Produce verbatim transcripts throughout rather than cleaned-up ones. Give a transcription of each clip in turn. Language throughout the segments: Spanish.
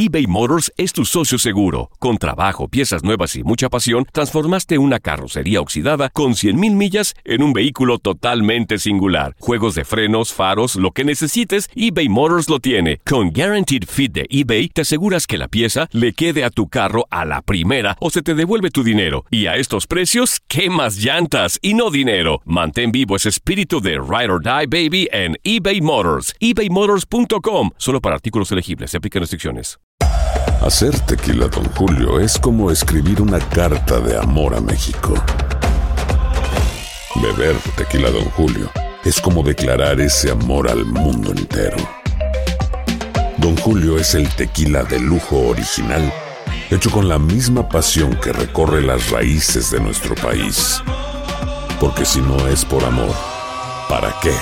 eBay Motors es tu socio seguro. Con trabajo, piezas nuevas y mucha pasión, transformaste una carrocería oxidada con cien mil millas en un vehículo totalmente singular. Juegos de frenos, faros, lo que necesites, eBay Motors lo tiene. Con Guaranteed Fit de eBay, te aseguras que la pieza le quede a tu carro a la primera o se te devuelve tu dinero. Y a estos precios, ¿qué más llantas y no dinero? Mantén vivo ese espíritu de Ride or Die, baby, en eBay Motors. ebay motors punto com. Solo para artículos elegibles. Se aplican restricciones. Hacer tequila Don Julio es como escribir una carta de amor a México. Beber tequila Don Julio es como declarar ese amor al mundo entero. Don Julio es el tequila de lujo original, hecho con la misma pasión que recorre las raíces de nuestro país. Porque si no es por amor, ¿para qué?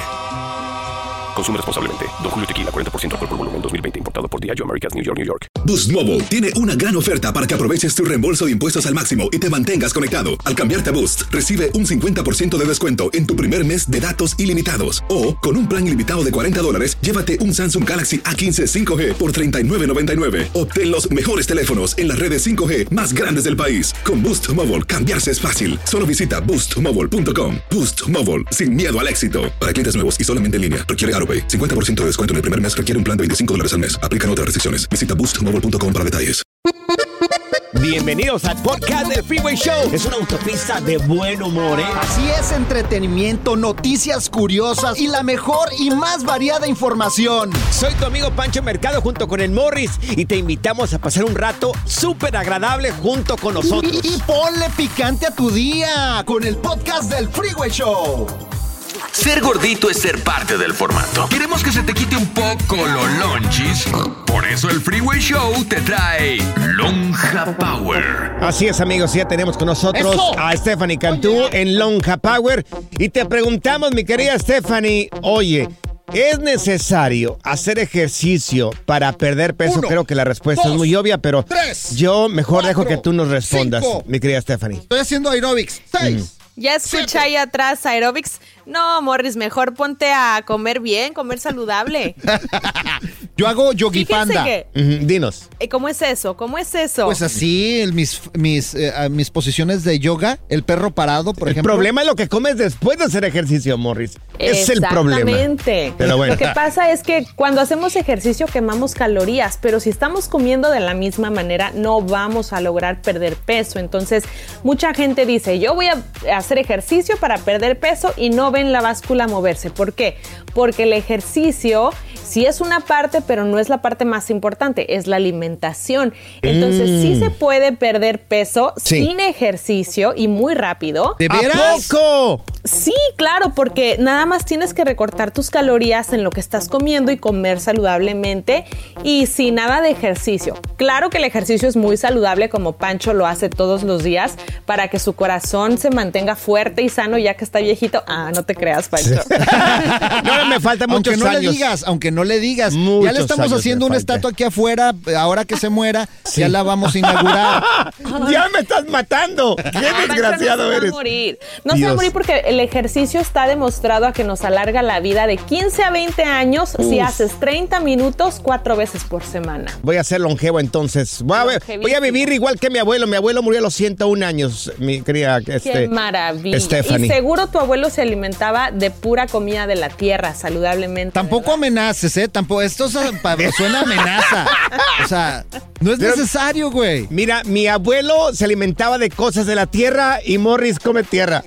Consume responsablemente. Don Julio Tequila, cuarenta por ciento alcohol por volumen, dos mil veinte. Importado por Diageo Americas, New York, New York. Boost Mobile tiene una gran oferta para que aproveches tu reembolso de impuestos al máximo y te mantengas conectado. Al cambiarte a Boost, recibe un cincuenta por ciento de descuento en tu primer mes de datos ilimitados. O, con un plan ilimitado de cuarenta dólares, llévate un Samsung Galaxy A quince cinco G por treinta y nueve noventa y nueve. Obtén los mejores teléfonos en las redes cinco G más grandes del país. Con Boost Mobile, cambiarse es fácil. Solo visita boost mobile punto com. Boost Mobile, sin miedo al éxito. Para clientes nuevos y solamente en línea, requiere AutoPay. cincuenta por ciento de descuento en el primer mes requiere un plan de veinticinco dólares al mes. Aplican otras restricciones. Visita boost mobile punto com para detalles. Bienvenidos al podcast del Freeway Show. Es una autopista de buen humor, ¿eh? Así es, entretenimiento, noticias curiosas y la mejor y más variada información. Soy tu amigo Pancho Mercado junto con el Morris y te invitamos a pasar un rato súper agradable junto con nosotros. Y, y ponle picante a tu día con el podcast del Freeway Show. Ser gordito es ser parte del formato. Queremos que se te quite un poco los lonchis. Por eso el Freeway Show te trae Lonja Power. Así es, amigos, ya tenemos con nosotros ¡eso! A Stephanie Cantú oye. En Lonja Power. Y te preguntamos, mi querida Stephanie, oye, ¿es necesario hacer ejercicio para perder peso? Uno, Creo que la respuesta dos, es muy obvia, pero tres, yo mejor cuatro, dejo que tú nos respondas, cinco, mi querida Stephanie. Estoy haciendo aerobics. Seis. Mm. Ya escuché ahí atrás aerobics. No, Morris, mejor ponte a comer bien, comer saludable. Yo hago yogi panda. Que, uh-huh, dinos. ¿Cómo es eso? ¿Cómo es eso? Pues así, mis, mis, eh, mis posiciones de yoga, el perro parado, por el ejemplo. El problema es lo que comes después de hacer ejercicio, Morris. Es el problema. Exactamente. Pero bueno. Lo que pasa es que cuando hacemos ejercicio quemamos calorías, pero si estamos comiendo de la misma manera no vamos a lograr perder peso. Entonces, mucha gente dice, yo voy a hacer ejercicio para perder peso y no ven la báscula moverse. ¿Por qué? Porque el ejercicio sí es una parte, pero no es la parte más importante, es la alimentación. Entonces, mm. sí se puede perder peso sí. sin ejercicio y muy rápido. ¿De veras? ¿A poco? Sí, claro, porque nada más tienes que recortar tus calorías en lo que estás comiendo y comer saludablemente y sin nada de ejercicio. Claro que el ejercicio es muy saludable, como Pancho lo hace todos los días, para que su corazón se mantenga fuerte y sano ya que está viejito. Ah, no te creas, Pancho. No, me falta muchos aunque no años. le digas, aunque no le digas. Muchos ya le estamos haciendo una estatua aquí afuera. Ahora que se muera, sí. ya la vamos a inaugurar. ¡Ya me estás matando! ¡Qué desgraciado no se eres! Va a morir. No Dios. se va a morir porque el ejercicio está demostrado a que nos alarga la vida de quince a veinte años Uf. si haces treinta minutos cuatro veces por semana. Voy a ser longevo entonces. Voy a, ver, voy a vivir igual que mi abuelo. Mi abuelo murió a los ciento un años, mi querida este, ¡Qué maravilla! Stephanie. Y seguro tu abuelo se alimentaba de pura comida de la tierra, saludablemente. Tampoco ¿verdad? amenaces, ¿eh? Tampoco, esto suena amenaza. O sea, no es Pero, necesario, güey. Mira, mi abuelo se alimentaba de cosas de la tierra y Morris come tierra.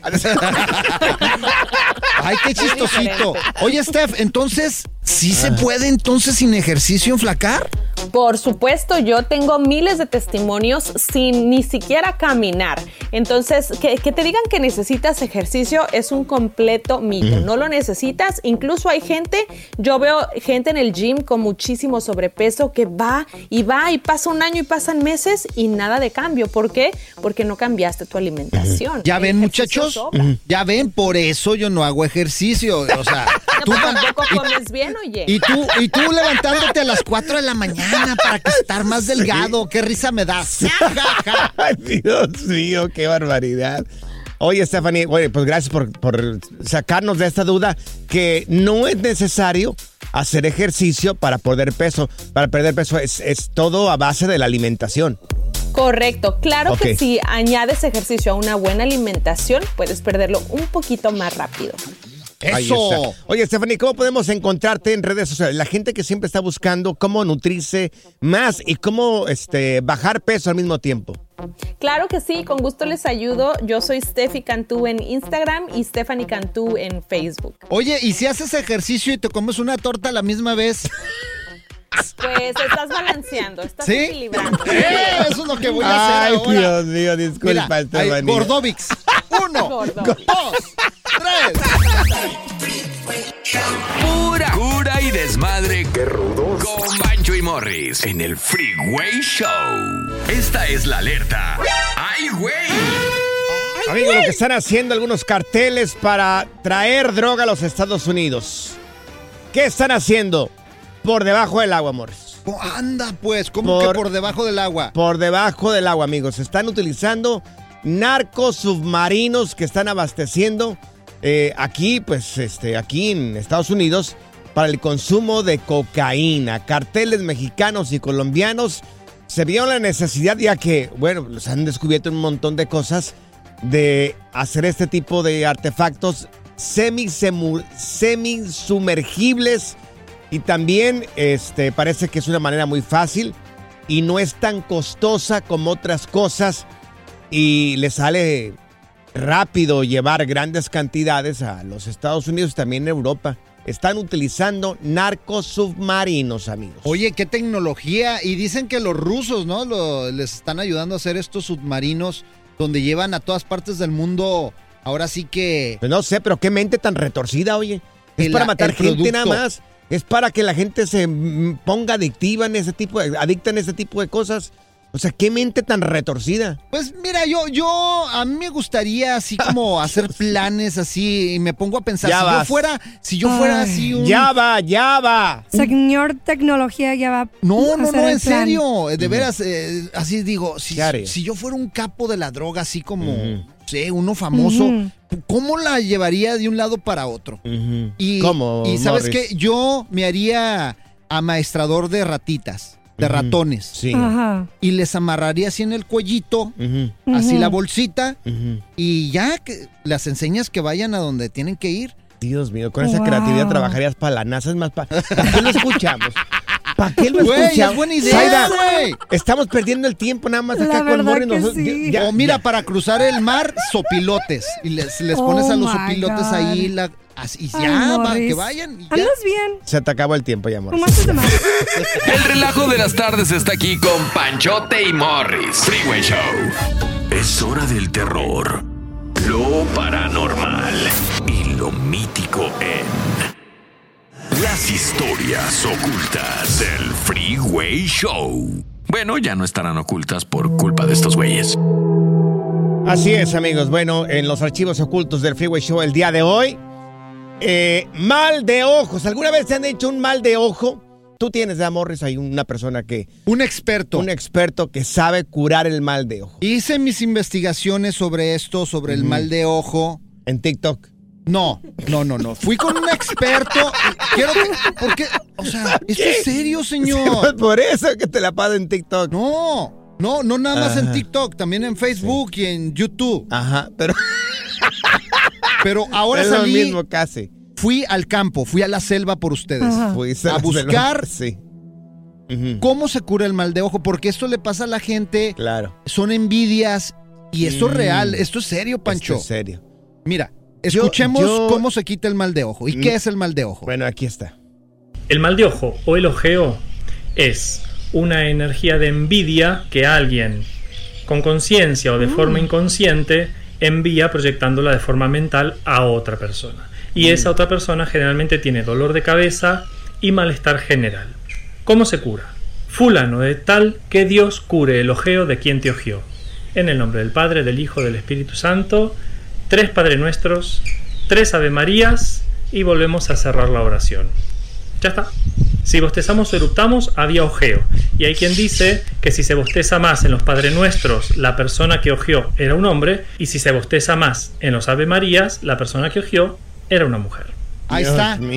Ay, qué chistosito. Oye, Steph, entonces, ¿sí ah. se puede entonces sin ejercicio enflacar? Por supuesto, yo tengo miles de testimonios sin ni siquiera caminar. Entonces, que, que te digan que necesitas ejercicio es un completo mito. Mm. No lo necesitas. Incluso hay gente, yo veo gente en el gym con muchísimo sobrepeso que va y va y pasa un año y pasan meses y nada de cambio. ¿Por qué? Porque no cambiaste tu alimentación. ¿Ya ven, muchachos? Sobra. Ya ven, por eso yo no hago ejercicio. O sea, no, tú tampoco y, comes bien, oye. Y tú, y tú levantándote a las cuatro de la mañana para que estar más delgado. Sí. Qué risa me das. Ay, Dios mío, qué barbaridad. Oye, Stephanie, oye, pues gracias por, por sacarnos de esta duda que no es necesario hacer ejercicio para perder peso. Para perder peso es, es todo a base de la alimentación. Correcto, claro Okay. que si añades ejercicio a una buena alimentación, puedes perderlo un poquito más rápido. Ahí ¡Eso! está. Oye, Stephanie, ¿cómo podemos encontrarte en redes sociales? La gente que siempre está buscando cómo nutrirse más y cómo este, bajar peso al mismo tiempo. Claro que sí, con gusto les ayudo. Yo soy Steffi Cantú en Instagram y Stephanie Cantú en Facebook. Oye, ¿y si haces ejercicio y te comes una torta a la misma vez? Pues estás balanceando, estás ¿Sí? equilibrando. Eh, Eso es lo que voy a hacer Ay, ahora. Dios mío, disculpa, Mira, hay Stephanie. Gordovix. Uno, Gordovix. dos, tres. Pura cura y desmadre. ¡Qué rudos! Con Bancho y Morris en el Freeway Show. Esta es la alerta. ¡Ay, güey! Amigos, lo que están haciendo algunos carteles para traer droga a los Estados Unidos. ¿Qué están haciendo? Por debajo del agua, Morris. Oh, anda, pues, ¿cómo Por- que por debajo del agua? Por debajo del agua, amigos. Están utilizando narcos submarinos que están abasteciendo eh, aquí, pues, este, aquí en Estados Unidos para el consumo de cocaína. Carteles mexicanos y colombianos se vieron la necesidad, ya que, bueno, los han descubierto un montón de cosas, de hacer este tipo de artefactos semi-sumergibles. Y también este, parece que es una manera muy fácil y no es tan costosa como otras cosas y le sale rápido llevar grandes cantidades a los Estados Unidos y también en Europa. Están utilizando narcos submarinos, amigos. Oye, qué tecnología. Y dicen que los rusos, ¿no? Lo- les están ayudando a hacer estos submarinos donde llevan a todas partes del mundo. Ahora sí que... Pues no sé, pero qué mente tan retorcida, oye. Es El- para matar el gente producto. nada más. Es para que la gente se mm, ponga adictiva en ese tipo de, adicta en ese tipo de cosas. O sea, qué mente tan retorcida. Pues mira, yo, yo, a mí me gustaría así como hacer planes así y me pongo a pensar, Ya si yo vas. fuera, si yo fuera Ay. así un... Ya va, ya va. Señor tecnología ya va No, a no, hacer no, el en plan. serio, de veras, eh, así digo, si, ¿Qué harías? si yo fuera un capo de la droga, así como, Ujú. no sé, uno famoso, Ujú. ¿cómo la llevaría de un lado para otro? Ujú. Y, ¿Cómo, y ¿sabes Morris? qué? Yo me haría amaestrador de ratitas, de Ujú. ratones, Sí. Ajá. y les amarraría así en el cuellito, Ujú, así Ujú. la bolsita, ujú. y ya que las enseñas que vayan a donde tienen que ir. Dios mío, con esa Wow. creatividad trabajarías para la NASA. Es más, ¿para qué lo escuchamos? ¿Para qué lo Güey, escuchamos? es buena idea, Zaida, güey. estamos perdiendo el tiempo nada más La acá con verdad Morris. que nosotros- sí. ya- O mira, ya. para cruzar el mar, sopilotes. Y les, les Oh pones a los my sopilotes God. ahí la, así, y Ay, ya, va, Morris. que vayan. y ya. ¿Andas bien? Se te acabó el tiempo ya, Morris. ¿Fumaste de más? El relajo de las tardes está aquí con Panchote y Morris. Freeway Show. Es hora del terror, lo paranormal y lo mítico en las historias ocultas del Freeway Show. Bueno, ya no estarán ocultas por culpa de estos güeyes. Así es, amigos. Bueno, en los archivos ocultos del Freeway Show el día de hoy, eh, mal de ojos. ¿Alguna vez te han hecho un mal de ojo? Tú tienes, ¿verdad, Morris? Hay una persona que, Un experto. un experto que sabe curar el mal de ojo. Hice mis investigaciones sobre esto, sobre el mal de ojo. En TikTok. No, no, no, no. Fui con un experto. Quiero que. ¿Por qué? O sea, ¿esto es serio, señor? Por eso que te la paso en TikTok. No, no, no nada más en Ajá. TikTok, también en Facebook y en YouTube. Ajá, pero Pero ahora es lo salí, mismo casi. fui al campo, fui a la selva por ustedes. Ajá. Fuiste A la buscar- Sí. Ujú, ¿Cómo se cura el mal de ojo? Porque esto le pasa a la gente, claro. son envidias y esto es Mm. real, esto es serio, Pancho. Esto es serio. Mira, Yo- escuchemos yo- cómo se quita el mal de ojo. ¿Y Mm. qué es el mal de ojo? Bueno, aquí está. El mal de ojo o el ojeo es una energía de envidia que alguien con conciencia o de forma inconsciente envía proyectándola de forma mental a otra persona. Y esa otra persona generalmente tiene dolor de cabeza y malestar general. ¿Cómo se cura? Fulano de tal que Dios cure el ojeo de quien te ojeó. En el nombre del Padre, del Hijo, del Espíritu Santo, tres Padre Nuestros, tres Ave Marías y volvemos a cerrar la oración. Ya está. Si bostezamos o eructamos, había ojeo. Y hay quien dice que si se bosteza más en los Padre Nuestros, la persona que ojeó era un hombre, y si se bosteza más en los Ave Marías, la persona que ojeó era una mujer. Ahí Dios está. mío.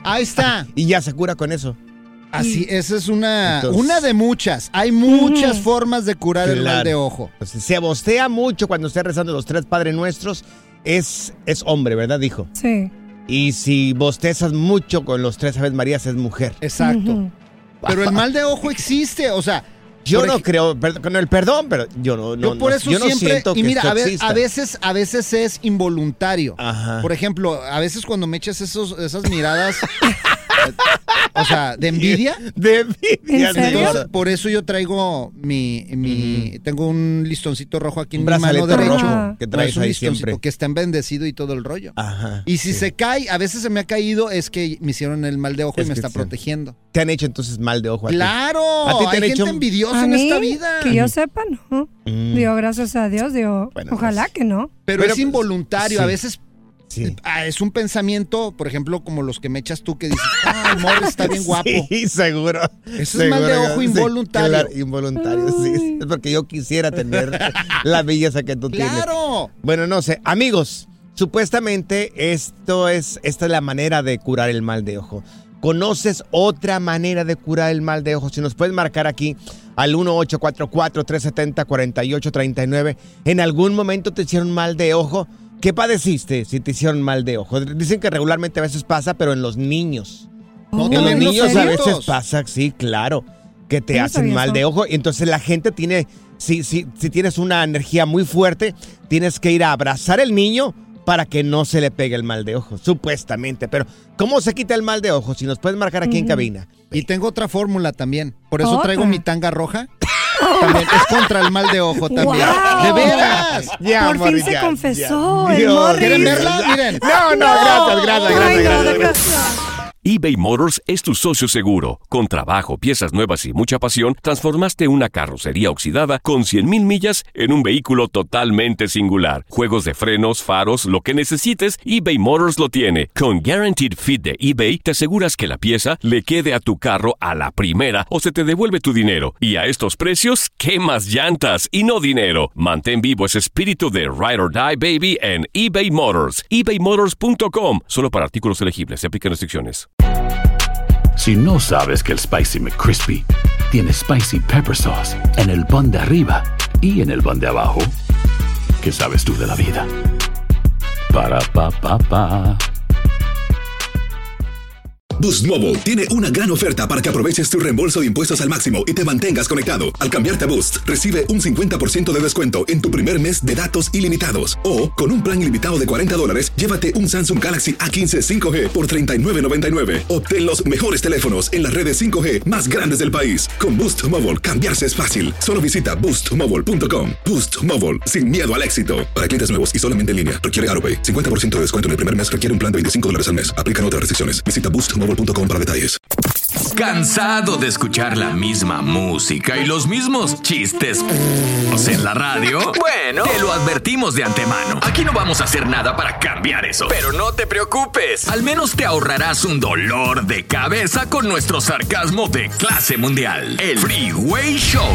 Ahí está. Y ya se cura con eso. Así, esa es una, Entonces, una de muchas. Hay muchas mm. formas de curar claro. el mal de ojo. Pues, si se bostea mucho cuando esté rezando los tres Padres Nuestros, es, es hombre, ¿verdad? Dijo. Sí. Y si bostezas mucho con los tres Aves Marías, es mujer. Exacto. Ujú. Pero el mal de ojo existe, o sea... Yo por no ej- creo, per- con el perdón, pero yo no, no, Yo por no- eso yo no siempre... siento que y mira, esto a, ve- exista. a veces a veces es involuntario. Ajá. Por ejemplo, a veces cuando me echas esos, esas miradas... eh, o sea, de envidia... De envidia. ¿En serio? Entonces, por eso yo traigo mi, mi tengo un listoncito rojo aquí en Un mi mano brazalete derecha. rojo que No, traes es un ahí listoncito siempre. que está bendecido y todo el rollo. Ajá. Y si sí. se cae, a veces se me ha caído, es que me hicieron el mal de ojo Es y me que está sí. protegiendo. Te han hecho entonces mal de ojo a ti. ¡Claro! ¿A ti te Hay han gente hecho- envidiosa A en mí, esta vida. que yo sepa, no. Mm. Digo, gracias a Dios, digo, Bueno, ojalá pues, que no. Pero, Pero, es involuntario. sí. A veces Sí. ah, es un pensamiento, por ejemplo, como los que me echas tú, que dices, ah, el morro está bien guapo. Sí, seguro. Eso es mal de Seguro ojo que- sí, involuntario. claro, involuntario, sí. Es porque yo quisiera tener la belleza que tú tienes. ¡Claro! Bueno, no sé. Amigos, supuestamente esto es, esta es la manera de curar el mal de ojo. ¿Conoces otra manera de curar el mal de ojo? Si nos puedes marcar aquí al uno ocho cuatro cuatro, tres siete cero, cuatro ocho tres nueve. ¿En algún momento te hicieron mal de ojo? ¿Qué padeciste si te hicieron mal de ojo? Dicen que regularmente a veces pasa, pero en los niños. No, Oh, En los ¿en niños a serio? veces pasa, sí, claro, que te Yo no hacen sabía mal eso. de ojo. Y entonces la gente tiene, si, si, si tienes una energía muy fuerte, tienes que ir a abrazar al niño para que no se le pegue el mal de ojo, supuestamente. Pero, ¿cómo se quita el mal de ojo? Si nos puedes marcar aquí en Ujú. cabina. Y tengo otra fórmula también. Por eso ¿Otra? traigo mi tanga roja. También es contra el mal de ojo también. ¡Guau! ¡De veras! Ya, Por fin Morris, se ya, confesó ya. el Dios. Morris. ¿Quieren verla? Miren. No, no, gracias, gracias, gracias, Ay, no, gracias, de gracias. verdad. eBay Motors es tu socio seguro. Con trabajo, piezas nuevas y mucha pasión, transformaste una carrocería oxidada con cien mil millas en un vehículo totalmente singular. Juegos de frenos, faros, lo que necesites, eBay Motors lo tiene. Con Guaranteed Fit de eBay, te aseguras que la pieza le quede a tu carro a la primera o se te devuelve tu dinero. Y a estos precios, ¿quemas llantas y no dinero? Mantén vivo ese espíritu de Ride or Die, baby, en eBay Motors. ebay motors punto com. Solo para artículos elegibles. Se aplican restricciones. Si no sabes que el Spicy McCrispy tiene Spicy Pepper Sauce en el pan de arriba y en el pan de abajo, ¿qué sabes tú de la vida? Para, pa, pa, pa. Boost Mobile tiene una gran oferta para que aproveches tu reembolso de impuestos al máximo y te mantengas conectado. Al cambiarte a Boost, recibe un cincuenta por ciento de descuento en tu primer mes de datos ilimitados. O, con un plan ilimitado de cuarenta dólares, llévate un Samsung Galaxy A quince cinco G por treinta y nueve noventa y nueve. Obtén los mejores teléfonos en las redes cinco G más grandes del país. Con Boost Mobile, cambiarse es fácil. Solo visita boost mobile punto com. Boost Mobile, sin miedo al éxito. Para clientes nuevos y solamente en línea, requiere AutoPay. cincuenta por ciento de descuento en el primer mes requiere un plan de veinticinco dólares al mes. Aplican otras restricciones. Visita boost mobile punto com para detalles. ¿Cansado de escuchar la misma música y los mismos chistes en la radio? Bueno, te lo advertimos de antemano. Aquí no vamos a hacer nada para cambiar eso. Pero no te preocupes. Al menos te ahorrarás un dolor de cabeza con nuestro sarcasmo de clase mundial. El Freeway Show.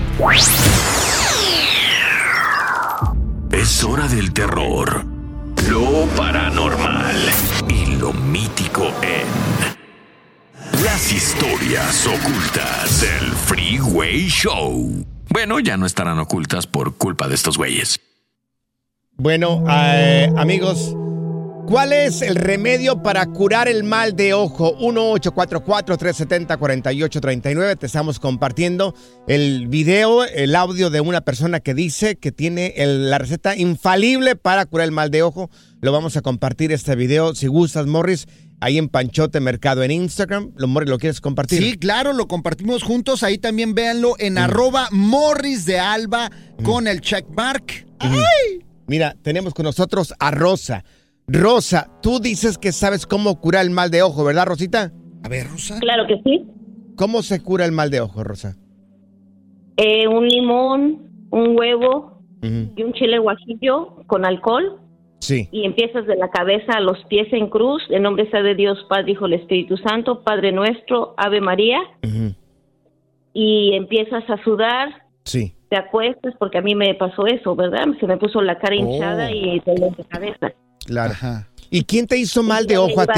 Es hora del terror, lo paranormal y lo mítico en las historias ocultas del Freeway Show. Bueno, ya no estarán ocultas por culpa de estos güeyes. Bueno, eh, amigos, ¿cuál es el remedio para curar el mal de ojo? uno ocho cuatro cuatro, tres siete cero, cuatro ocho tres nueve. Te estamos compartiendo el video, el audio de una persona que dice que tiene el- la receta infalible para curar el mal de ojo. Lo vamos a compartir este video, si gustas, Morris, ahí en Panchote Mercado en Instagram. Lo, Morris, ¿lo quieres compartir? Sí, claro, lo compartimos juntos. Ahí también véanlo en arroba Morris de Alba con el checkmark. ¡Ay! Mira, tenemos con nosotros a Rosa. Rosa, tú dices que sabes cómo curar el mal de ojo, ¿verdad, Rosita? A ver, Rosa. Claro que sí. ¿Cómo se cura el mal de ojo, Rosa? Eh, un limón, un huevo Ujú. y un chile guajillo con alcohol. Sí. Y empiezas de la cabeza a los pies en cruz. En nombre sea de Dios, Padre, Hijo, el Espíritu Santo, Padre nuestro, Ave María. Ujú. Y empiezas a sudar. Sí. Te acuestas, porque a mí me pasó eso, ¿verdad? Se me puso la cara hinchada Oh. y dolor de cabeza. Claro. Ajá. ¿Y quién te hizo mal Y de ya me ojo a iba ti? los-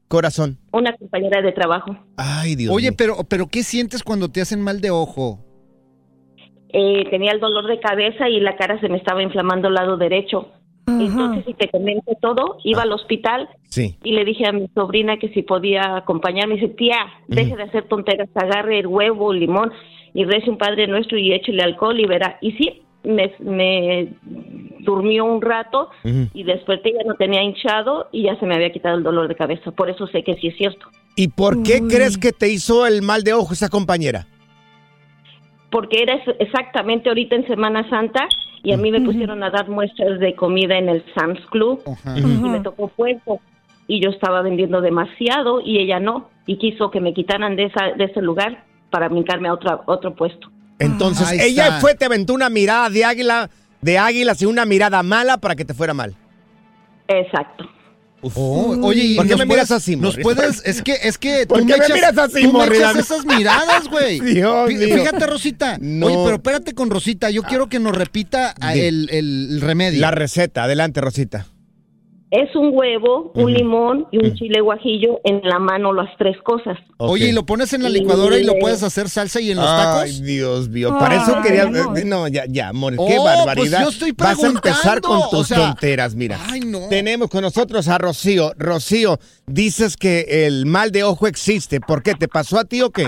corazón? Una compañera de trabajo. Ay, Dios Oye, mío. pero, pero ¿qué sientes cuando te hacen mal de ojo? Eh, tenía el dolor de cabeza y la cara se me estaba inflamando al lado derecho. Ajá. Entonces, si te comento todo, iba al hospital Sí. y le dije a mi sobrina que si podía acompañarme. Dice, tía, deje de hacer tonteras, agarre el huevo, el limón y rece un Padre Nuestro y échele alcohol y verá. Y sí, me, me durmió un rato Ujú. y desperté, ya no tenía hinchado y ya se me había quitado el dolor de cabeza. Por eso sé que sí es cierto. ¿Y por qué Uy. crees que te hizo el mal de ojo esa compañera? Porque era es- exactamente ahorita en Semana Santa y a mí me pusieron a dar muestras de comida en el Sam's Club Ajá. y me tocó puesto y yo estaba vendiendo demasiado y ella no y quiso que me quitaran de esa de ese lugar para brincarme a otro otro puesto. Entonces, Ahí ella está. fue, te aventó una mirada de águila, de águilas y una mirada mala para que te fuera mal. Exacto. Oh, oye, ¿y ¿Por qué nos me miras puedes- así, Nos Morris? puedes, es que, es que ¿Por tú qué me me echas, miras así, tú me Morris? echas esas miradas, güey. Dios Fí- mío. Fíjate, Rosita. No. Oye, pero espérate con Rosita. Yo quiero que nos repita ah, Di. el, el remedio. La receta, adelante, Rosita. Es un huevo, un limón y un chile guajillo en la mano, las tres cosas. Oye, y lo pones en la licuadora y lo puedes hacer salsa y en los tacos. Ay, Dios mío. Para eso Ay, quería. amor. eh, No, ya, ya, amor. Qué Oh, barbaridad. pues yo estoy Vas a empezar con preguntando, tus o sea, tonteras, mira. ay, no. Tenemos con nosotros a Rocío. Rocío, dices que el mal de ojo existe. ¿Por qué? ¿Te pasó a ti o qué?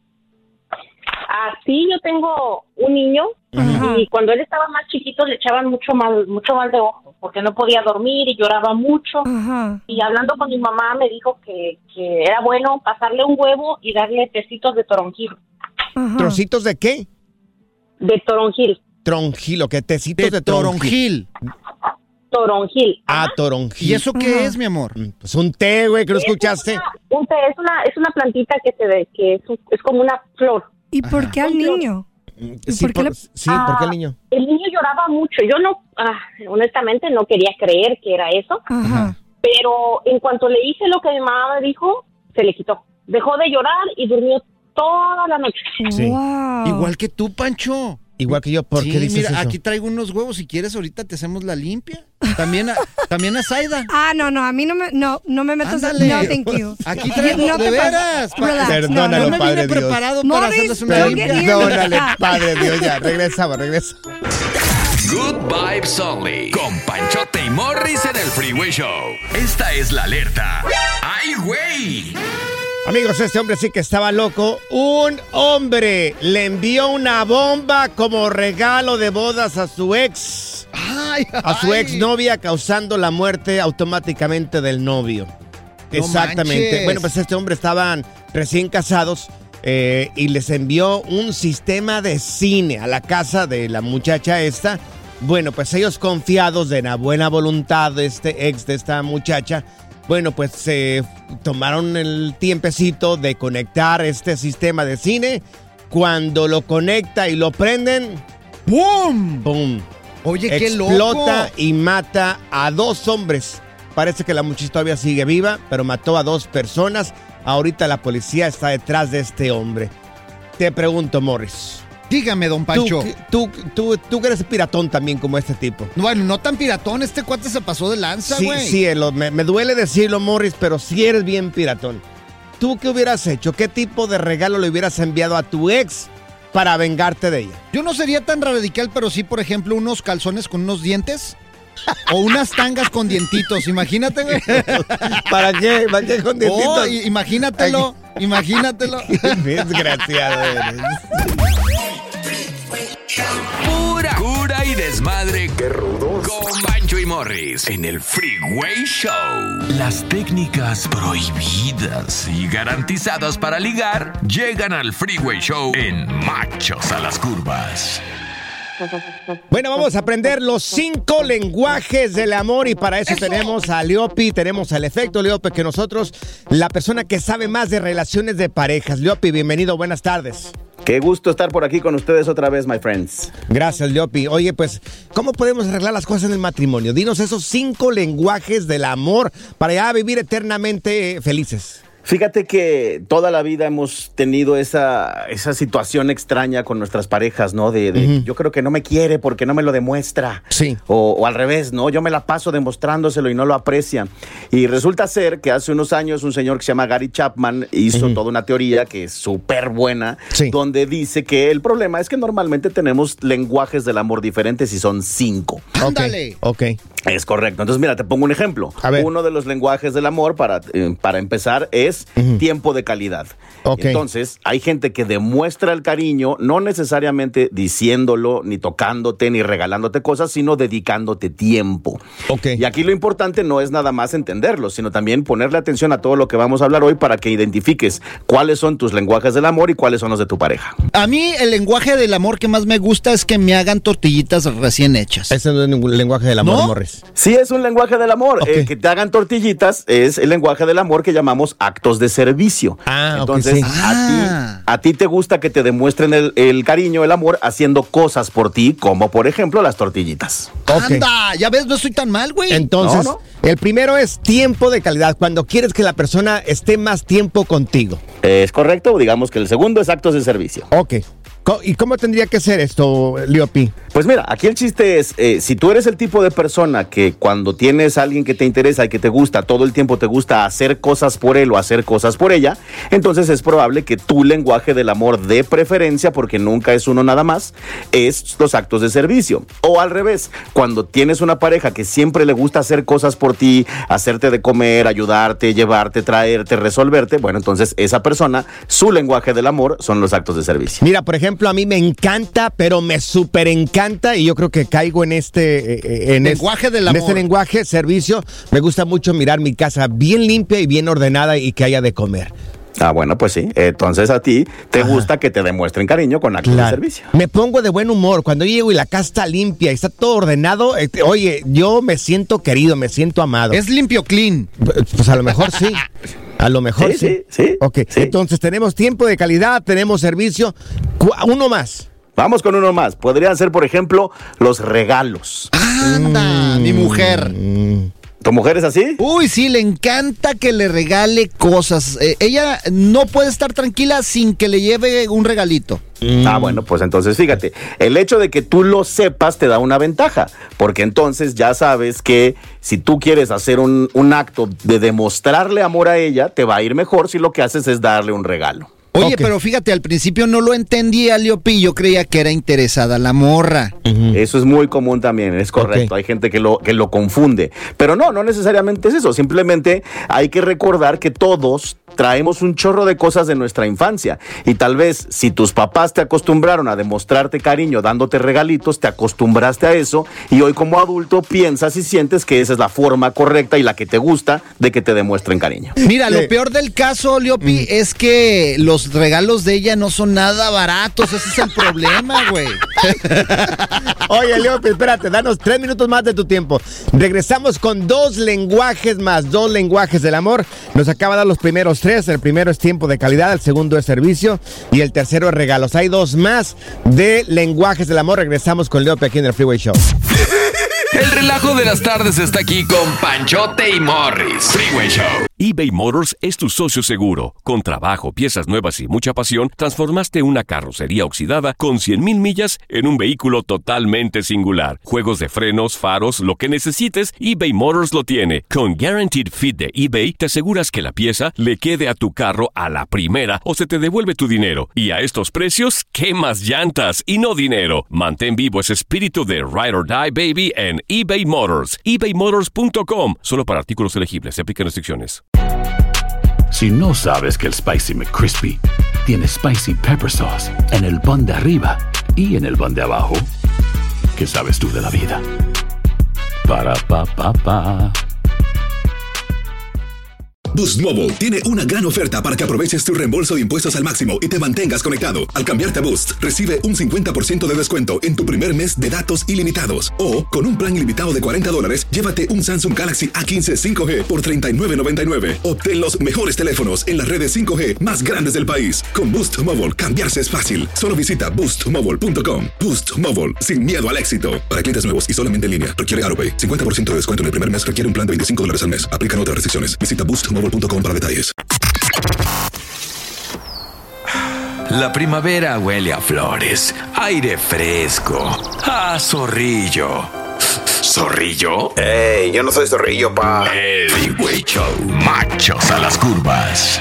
Así yo tengo un niño Ajá. y cuando él estaba más chiquito le echaban mucho mal, mucho mal de ojo porque no podía dormir y lloraba mucho. Ajá. Y hablando con mi mamá me dijo que, que era bueno pasarle un huevo y darle tecitos de toronjil. Ajá. ¿Trocitos de qué? De toronjil. Tronjilo, que tecitos de, De toronjil. toronjil. Toronjil. Ah, toronjil. ¿Y eso qué Ajá. es, mi amor? Pues un té, güey, que no Es escuchaste. una- un té, es una es una plantita que se ve que es, un- es como una flor. ¿Y por qué al niño? ¿Y Sí, por qué por, le- sí, ¿por qué el Ah, niño? El niño lloraba mucho. Yo no, ah, honestamente no quería creer que era eso, Ajá. pero en cuanto le hice lo que mi mamá me dijo, se le quitó. Dejó de llorar y durmió toda la noche. Sí. Wow. Igual que tú, Pancho. Igual que yo, ¿por Sí, qué dices mira, eso? aquí traigo unos huevos. Si quieres, ahorita te hacemos la limpia. También a, también a Zaida. Ah, no, no, a mí no me, no, no me metas a... Ándale. No, thank you. Aquí traigo, No te de pases. veras. pa- Relax, Perdónalo, no, Yo no. me Padre vine Dios. preparado para Morris, hacerles una don't limpia. get here. Perdónale, Padre Dios, ya, regresamos, regresa. Good Vibes Only. Con Panchote y Morris en el Freeway Show. Esta es la alerta. ¡Ay, güey! Amigos, este hombre sí que estaba loco. Un hombre le envió una bomba como regalo de bodas a su ex, Ay, a su ay. exnovia, causando la muerte automáticamente del novio. No Exactamente. manches. Bueno, pues este hombre estaban recién casados eh, y les envió un sistema de cine a la casa de la muchacha esta. Bueno, pues ellos confiados de la buena voluntad de este ex de esta muchacha, bueno, pues se tomaron el tiempecito de conectar este sistema de cine. Cuando lo conecta y lo prenden, ¡Pum! ¡pum! Oye, qué loco. Explota y mata a dos hombres. Parece que la muchacha todavía sigue viva, pero mató a dos personas. Ahorita la policía está detrás de este hombre. Te pregunto, Morris. Dígame, don Pancho. Tú, tú, tú, tú que eres piratón también como este tipo. Bueno, no tan piratón. Este cuate se pasó de lanza, Sí, güey. sí, lo- me, me duele decirlo, Morris, pero sí eres bien piratón. ¿Tú qué hubieras hecho? ¿Qué tipo de regalo le hubieras enviado a tu ex para vengarte de ella? Yo no sería tan radical, pero sí, por ejemplo, unos calzones con unos dientes. O unas tangas con dientitos, imagínate, güey. ¿Para qué? ¿Para qué con dientitos? Oh, i- imagínatelo, imagínatelo. Desgraciado eres. Pura cura y desmadre. ¡Qué rudos! Con Pancho y Morris en el Freeway Show. Las técnicas prohibidas y garantizadas para ligar llegan al Freeway Show en Machos a las Curvas. Bueno, vamos a aprender los cinco lenguajes del amor y para eso, eso. tenemos a Leopi, tenemos al efecto Leopi, que nosotros, la persona que sabe más de relaciones de parejas. Leopi, bienvenido, buenas tardes. Qué gusto estar por aquí con ustedes otra vez, my friends. Gracias, Leopi. Oye, pues, ¿cómo podemos arreglar las cosas en el matrimonio? Dinos esos cinco lenguajes del amor para ya vivir eternamente felices. Fíjate que toda la vida hemos tenido esa, esa situación extraña con nuestras parejas, ¿no? De, de uh-huh. yo creo que no me quiere porque no me lo demuestra. Sí. O, o al revés, ¿no? Yo me la paso demostrándoselo y no lo aprecia. Y resulta ser que hace unos años un señor que se llama Gary Chapman hizo uh-huh. toda una teoría que es súper buena, sí. donde dice que el problema es que normalmente tenemos lenguajes del amor diferentes y son cinco. ¡Ándale! Ok. Es correcto. Entonces, mira, te pongo un ejemplo. Uno de los lenguajes del amor, para, eh, para empezar, es uh-huh. tiempo de calidad. Okay. Entonces, hay gente que demuestra el cariño, no necesariamente diciéndolo, ni tocándote, ni regalándote cosas, sino dedicándote tiempo. Okay. Y aquí lo importante no es nada más entenderlo, sino también ponerle atención a todo lo que vamos a hablar hoy para que identifiques cuáles son tus lenguajes del amor y cuáles son los de tu pareja. A mí, el lenguaje del amor que más me gusta es que me hagan tortillitas recién hechas. Ese no es el lenguaje del amor, ¿no? Morris. Sí, es un lenguaje del amor. Okay. Eh, que te hagan tortillitas es el lenguaje del amor que llamamos actos de servicio. Ah, Entonces, okay, sí. a, ah. ti, a ti te gusta que te demuestren el, el cariño, el amor, haciendo cosas por ti, como por ejemplo las tortillitas. Okay. ¡Anda! Ya ves, no estoy tan mal, güey. Entonces, no, no. el primero es tiempo de calidad, cuando quieres que la persona esté más tiempo contigo. Es correcto, digamos que el segundo es actos de servicio. Ok. ¿Y cómo tendría que ser esto, Liopi? Pues mira, aquí el chiste es, eh, si tú eres el tipo de persona que cuando tienes a alguien que te interesa y que te gusta, todo el tiempo te gusta hacer cosas por él o hacer cosas por ella, entonces es probable que tu lenguaje del amor de preferencia, porque nunca es uno nada más, es los actos de servicio. O al revés, cuando tienes una pareja que siempre le gusta hacer cosas por ti, hacerte de comer, ayudarte, llevarte, traerte, resolverte, bueno, entonces esa persona, su lenguaje del amor son los actos de servicio. Mira, por ejemplo, a mí me encanta, pero me súper encanta y yo creo que caigo en este en lenguaje es, del amor. En este lenguaje, servicio. Me gusta mucho mirar mi casa bien limpia y bien ordenada y que haya de comer. Ah, bueno, pues sí. Entonces a ti te Ajá. gusta que te demuestren cariño con actos claro. de servicio. Me pongo de buen humor. Cuando llego y la casa está limpia y está todo ordenado, eh, oye, yo me siento querido, me siento amado. Es limpio clean. Pues a lo mejor sí. A lo mejor sí. Sí, sí, sí. Ok, sí. Entonces tenemos tiempo de calidad, tenemos servicio. Uno más. Vamos con uno más. Podrían ser, por ejemplo, los regalos. Anda, mm, mi mujer. ¿Tu mujer es así? Uy, sí, le encanta que le regale cosas. Eh, ella no puede estar tranquila sin que le lleve un regalito. Mm. Ah, bueno, pues entonces fíjate, el hecho de que tú lo sepas te da una ventaja, porque entonces ya sabes que si tú quieres hacer un, un acto de demostrarle amor a ella, te va a ir mejor si lo que haces es darle un regalo. Oye, Okay. pero fíjate, al principio no lo entendía, Liopi, yo creía que era interesada la morra. Uh-huh. Eso es muy común también, es correcto. Okay. Hay gente que lo, que lo confunde. Pero no, no necesariamente es eso. Simplemente hay que recordar que todos traemos un chorro de cosas de nuestra infancia. Y tal vez si tus papás te acostumbraron a demostrarte cariño dándote regalitos, te acostumbraste a eso y hoy como adulto piensas y sientes que esa es la forma correcta y la que te gusta de que te demuestren cariño. Mira, Sí. lo peor del caso, Liopi, mm. es que los regalos de ella no son nada baratos. Ese es el problema, güey. Oye, Liopi, espérate, danos tres minutos más de tu tiempo. Regresamos con dos lenguajes más, dos lenguajes del amor. Nos acaba de dar los primeros tres. El primero es tiempo de calidad, el segundo es servicio y el tercero es regalos. Hay dos más de lenguajes del amor. Regresamos con Liopi aquí en el Freeway Show. El relajo de las tardes está aquí con Panchote y Morris. Freeway Show. eBay Motors es tu socio seguro. Con trabajo, piezas nuevas y mucha pasión, transformaste una carrocería oxidada con cien mil millas en un vehículo totalmente singular. Juegos de frenos, faros, lo que necesites, eBay Motors lo tiene. Con Guaranteed Fit de eBay, te aseguras que la pieza le quede a tu carro a la primera o se te devuelve tu dinero. Y a estos precios, ¿qué más llantas y no dinero? Mantén vivo ese espíritu de Ride or Die, baby, en eBay Motors. ebay motors punto com. Solo para artículos elegibles. Se aplican restricciones. Si no sabes que el Spicy McCrispy tiene Spicy Pepper Sauce en el pan de arriba y en el pan de abajo, ¿qué sabes tú de la vida? Para, pa, pa, pa. Boost Mobile tiene una gran oferta para que aproveches tu reembolso de impuestos al máximo y te mantengas conectado. Al cambiarte a Boost, recibe un cincuenta por ciento de descuento en tu primer mes de datos ilimitados. O, con un plan ilimitado de cuarenta dólares, llévate un Samsung Galaxy A quince cinco G por treinta y nueve noventa y nueve. Obtén los mejores teléfonos en las redes cinco G más grandes del país. Con Boost Mobile, cambiarse es fácil. Solo visita boost mobile punto com. Boost Mobile, sin miedo al éxito. Para clientes nuevos y solamente en línea, requiere AutoPay. cincuenta por ciento de descuento en el primer mes requiere un plan de veinticinco dólares al mes. Aplican otras restricciones. Visita boost mobile punto com para detalles. La primavera huele a flores, aire fresco, a zorrillo. ¿Zorrillo? ¡Ey! Yo no soy zorrillo, pa. El Freeway Show. Machos a las curvas.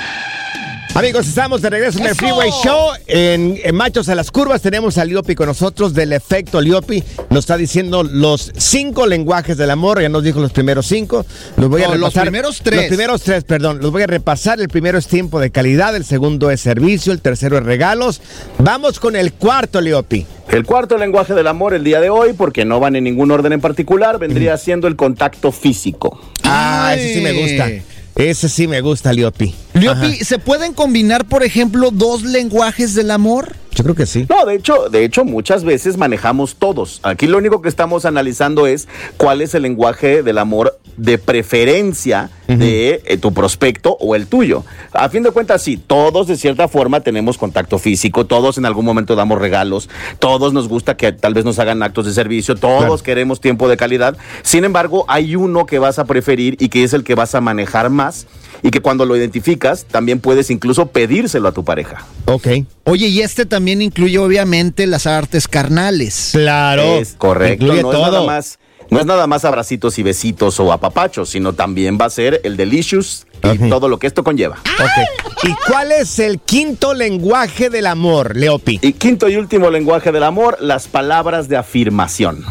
Amigos, estamos de regreso en el Freeway Show. En, en Machos a las Curvas tenemos a Liopi con nosotros del efecto Liopi. Nos está diciendo los cinco lenguajes del amor. Ya nos dijo los primeros cinco. Los voy a no, repasar. Los primeros tres. Los primeros tres, perdón. Los voy a repasar. El primero es tiempo de calidad. El segundo es servicio. El tercero es regalos. Vamos con el cuarto, Liopi. El cuarto lenguaje del amor el día de hoy, porque no van en ningún orden en particular, vendría siendo el contacto físico. Ah, ese sí me gusta. Ese sí me gusta, Liopi. Liopi, Ajá. ¿se pueden combinar, por ejemplo, dos lenguajes del amor? Yo creo que sí. No, de hecho, de hecho, muchas veces manejamos todos. Aquí lo único que estamos analizando es cuál es el lenguaje del amor de preferencia uh-huh. de eh, tu prospecto o el tuyo. A fin de cuentas, sí, todos de cierta forma tenemos contacto físico, todos en algún momento damos regalos, todos nos gusta que tal vez nos hagan actos de servicio, todos claro. queremos tiempo de calidad. Sin embargo, hay uno que vas a preferir y que es el que vas a manejar más y que cuando lo identificas también puedes incluso pedírselo a tu pareja. Ok. Oye, y este también incluye obviamente las artes carnales. Claro. Es correcto. Incluye no todo. Es nada más, no es nada más abracitos y besitos o apapachos, sino también va a ser el delicious y okay. todo lo que esto conlleva. Ok. ¿Y cuál es el quinto lenguaje del amor, Leopi? Y quinto y último lenguaje del amor, las palabras de afirmación.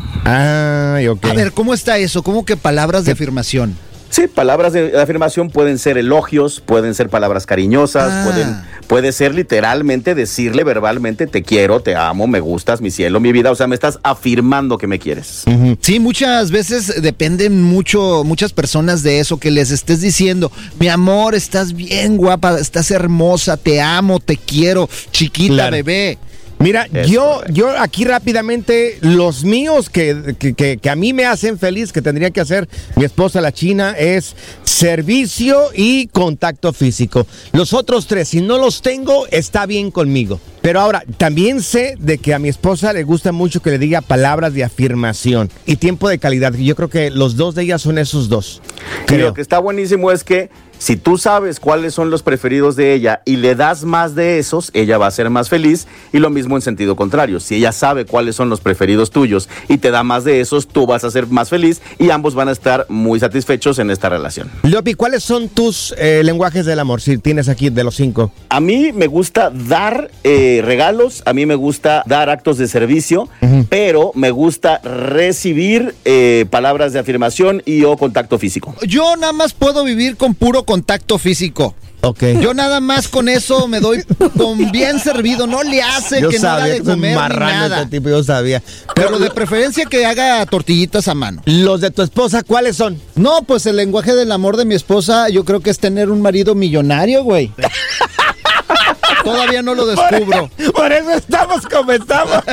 Ay, ok. A ver, ¿cómo está eso? ¿Cómo que palabras de afirmación? Sí, palabras de afirmación pueden ser elogios, pueden ser palabras cariñosas, ah. pueden, puede ser literalmente decirle verbalmente te quiero, te amo, me gustas, mi cielo, mi vida. O sea, me estás afirmando que me quieres. Uh-huh. Sí, muchas veces dependen mucho, muchas personas de eso, que les estés diciendo, mi amor, estás bien guapa, estás hermosa, te amo, te quiero, chiquita, claro. bebé. Mira, es yo, yo aquí rápidamente, los míos que, que, que, que a mí me hacen feliz, que tendría que hacer mi esposa la china, es servicio y contacto físico. Los otros tres, si no los tengo, está bien conmigo. Pero ahora, también sé de que a mi esposa le gusta mucho que le diga palabras de afirmación y tiempo de calidad. Yo creo que los dos de ellas son esos dos. Y lo que está buenísimo es que si tú sabes cuáles son los preferidos de ella y le das más de esos, ella va a ser más feliz, y lo mismo en sentido contrario. Si ella sabe cuáles son los preferidos tuyos y te da más de esos, tú vas a ser más feliz y ambos van a estar muy satisfechos en esta relación. Liopi, ¿cuáles son tus eh, lenguajes del amor? Si tienes aquí de los cinco. A mí me gusta dar eh, regalos, a mí me gusta dar actos de servicio, uh-huh. pero me gusta recibir eh, palabras de afirmación y o contacto físico. Yo nada más puedo vivir con puro contacto físico. Okay. Yo nada más con eso me doy con bien servido, no le hace yo que nada de comer ni nada. Este tipo, yo sabía. Pero, Pero de preferencia que haga tortillitas a mano. ¿Los de tu esposa cuáles son? No, pues el lenguaje del amor de mi esposa yo creo que es tener un marido millonario, güey. Todavía no lo descubro. Por, por eso estamos como estamos.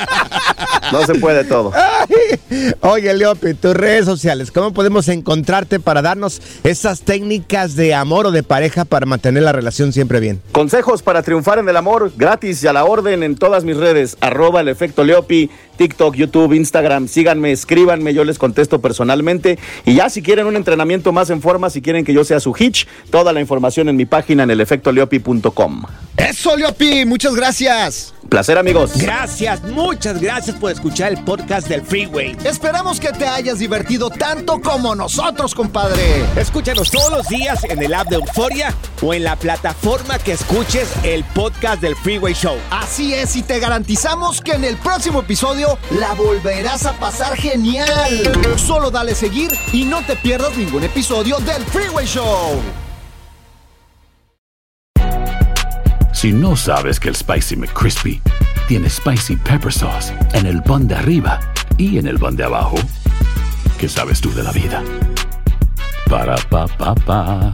No se puede todo. Ay, oye, Liopi, tus redes sociales, ¿cómo podemos encontrarte para darnos esas técnicas de amor o de pareja para mantener la relación siempre bien? Consejos para triunfar en el amor, gratis y a la orden en todas mis redes, arroba el efecto Liopi, TikTok, YouTube, Instagram, síganme, escríbanme, yo les contesto personalmente. Y ya si quieren un entrenamiento más en forma, si quieren que yo sea su hitch, toda la información en mi página en el efecto leopi punto com. ¡Eso, Liopi! ¡Muchas gracias! Placer, amigos. Gracias, muchas gracias por escuchar el podcast del Freeway. Esperamos que te hayas divertido tanto como nosotros, compadre. Escúchanos todos los días en el app de Euforia o en la plataforma que escuches el podcast del Freeway Show. Así es, y te garantizamos que en el próximo episodio la volverás a pasar genial. Solo dale seguir y no te pierdas ningún episodio del Freeway Show. Si no sabes que el Spicy McCrispy tiene Spicy Pepper Sauce en el pan de arriba y en el pan de abajo, ¿qué sabes tú de la vida? Para, pa, pa, pa.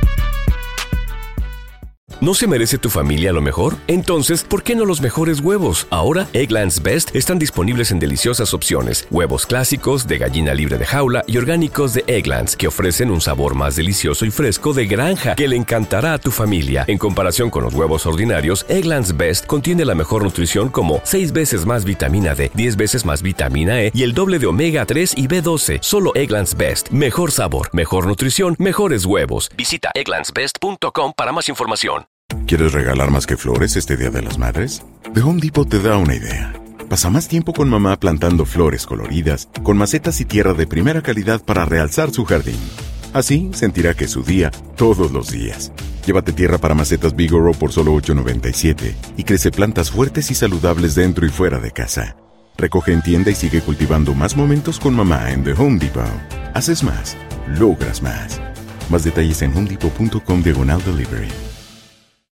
¿No se merece tu familia lo mejor? Entonces, ¿por qué no los mejores huevos? Ahora, Eggland's Best están disponibles en deliciosas opciones. Huevos clásicos, de gallina libre de jaula y orgánicos de Eggland's, que ofrecen un sabor más delicioso y fresco de granja que le encantará a tu familia. En comparación con los huevos ordinarios, Eggland's Best contiene la mejor nutrición como seis veces más vitamina D, diez veces más vitamina E y el doble de omega tres y B doce. Solo Eggland's Best. Mejor sabor, mejor nutrición, mejores huevos. Visita egglands best punto com para más información. ¿Quieres regalar más que flores este Día de las Madres? The Home Depot te da una idea. Pasa más tiempo con mamá plantando flores coloridas, con macetas y tierra de primera calidad para realzar su jardín. Así sentirá que es su día todos los días. Llévate tierra para macetas Bigoro por solo ocho noventa y siete y crece plantas fuertes y saludables dentro y fuera de casa. Recoge en tienda y sigue cultivando más momentos con mamá en The Home Depot. Haces más, logras más. Más detalles en homedepot punto com diagonal delivery.